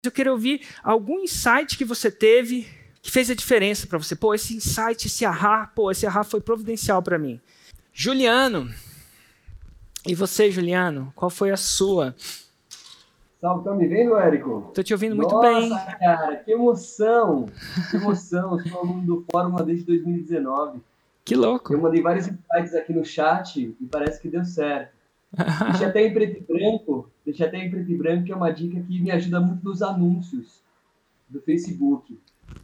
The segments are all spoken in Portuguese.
eu quero ouvir algum insight que você teve que fez a diferença para você. Pô, esse insight, esse ahá foi providencial para mim. Juliano, e você, Juliano, qual foi a sua? Salve, tá me vendo, Érico? Tô te ouvindo muito bem. Nossa, cara, que emoção! Que emoção, eu sou aluno do Fórmula desde 2019. Que louco. Eu mandei vários insights aqui no chat e parece que deu certo. Deixei até em preto e branco, que é uma dica que me ajuda muito nos anúncios do Facebook.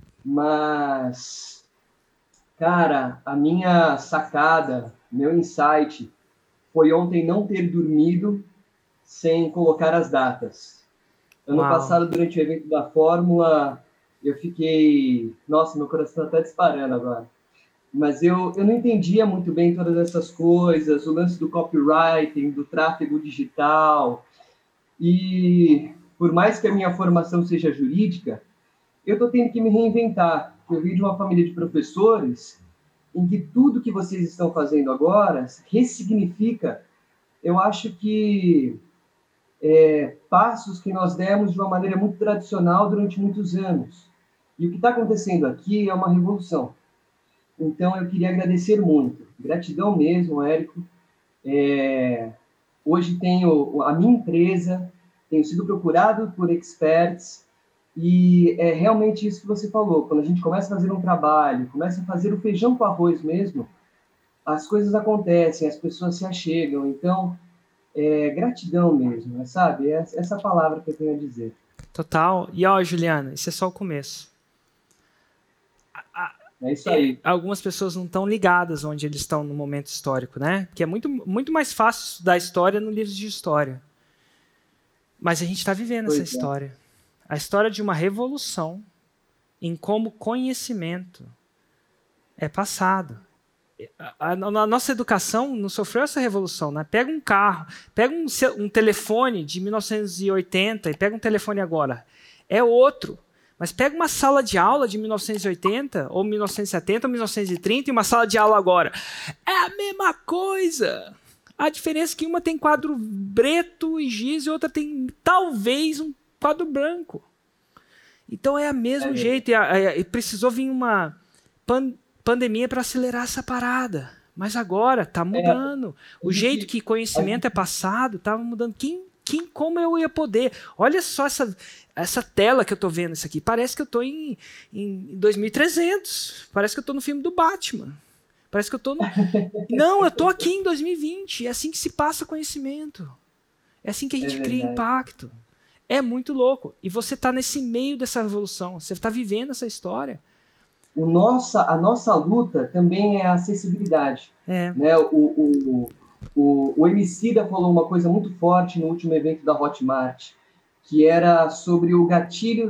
Mas, cara, a minha sacada, meu insight, foi ontem não ter dormido sem colocar as datas. Ano Uau. passado, durante o evento da Fórmula, eu fiquei... Nossa, meu coração está disparando agora. Mas eu não entendia muito bem todas essas coisas, o lance do copywriting, do tráfego digital. E por mais que a minha formação seja jurídica, eu estou tendo que me reinventar. Eu vim de uma família de professores em que tudo que vocês estão fazendo agora ressignifica, eu acho que passos que nós demos de uma maneira muito tradicional durante muitos anos. E o que está acontecendo aqui é uma revolução. Então, eu queria agradecer muito. Gratidão mesmo, Érico. Hoje tenho a minha empresa, tenho sido procurado por experts, e é realmente isso que você falou. Quando a gente começa a fazer um trabalho, começa a fazer o feijão com arroz mesmo, as coisas acontecem, as pessoas se achegam. Então, gratidão mesmo, sabe? É essa palavra que eu tenho a dizer. Total. E ó, Juliana, isso é só o começo. É isso aí. Algumas pessoas não estão ligadas onde eles estão no momento histórico, né? Porque é muito mais fácil estudar história no livro de história. Mas a gente está vivendo essa história. A história de uma revolução em como conhecimento é passado. A nossa educação não sofreu essa revolução, né? Pega um carro, pega um telefone de 1980 e pega um telefone agora. É outro. Mas pega uma sala de aula de 1980, ou 1970, ou 1930 e uma sala de aula agora. É a mesma coisa. A diferença é que uma tem quadro preto e giz e outra tem talvez um quadro branco. Então é o mesmo jeito. E precisou vir uma pandemia para acelerar essa parada. Mas agora está mudando. O jeito que conhecimento é passado estava mudando. Como eu ia poder? Olha só essa tela que eu estou vendo isso aqui. Parece que eu estou em 2300. Parece que eu estou no filme do Batman. Parece que eu estou no... Não, eu estou aqui em 2020. É assim que se passa conhecimento. É assim que a gente cria impacto. É muito louco. E você está nesse meio dessa revolução. Você está vivendo essa história. A nossa luta também é a acessibilidade. Né? O Emicida falou uma coisa muito forte no último evento da Hotmart, que era sobre o gatilho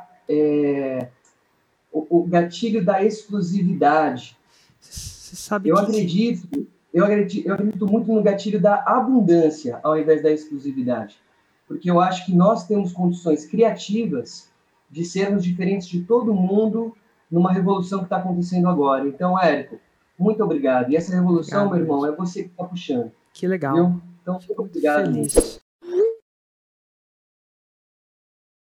da exclusividade. Você sabe eu acredito muito no gatilho da abundância ao invés da exclusividade, porque eu acho que nós temos condições criativas de sermos diferentes de todo mundo numa revolução que está acontecendo agora. Então, Érico, muito obrigado. E essa revolução, meu irmão, é você que está puxando. Que legal. Viu? Então, muito obrigado. Feliz.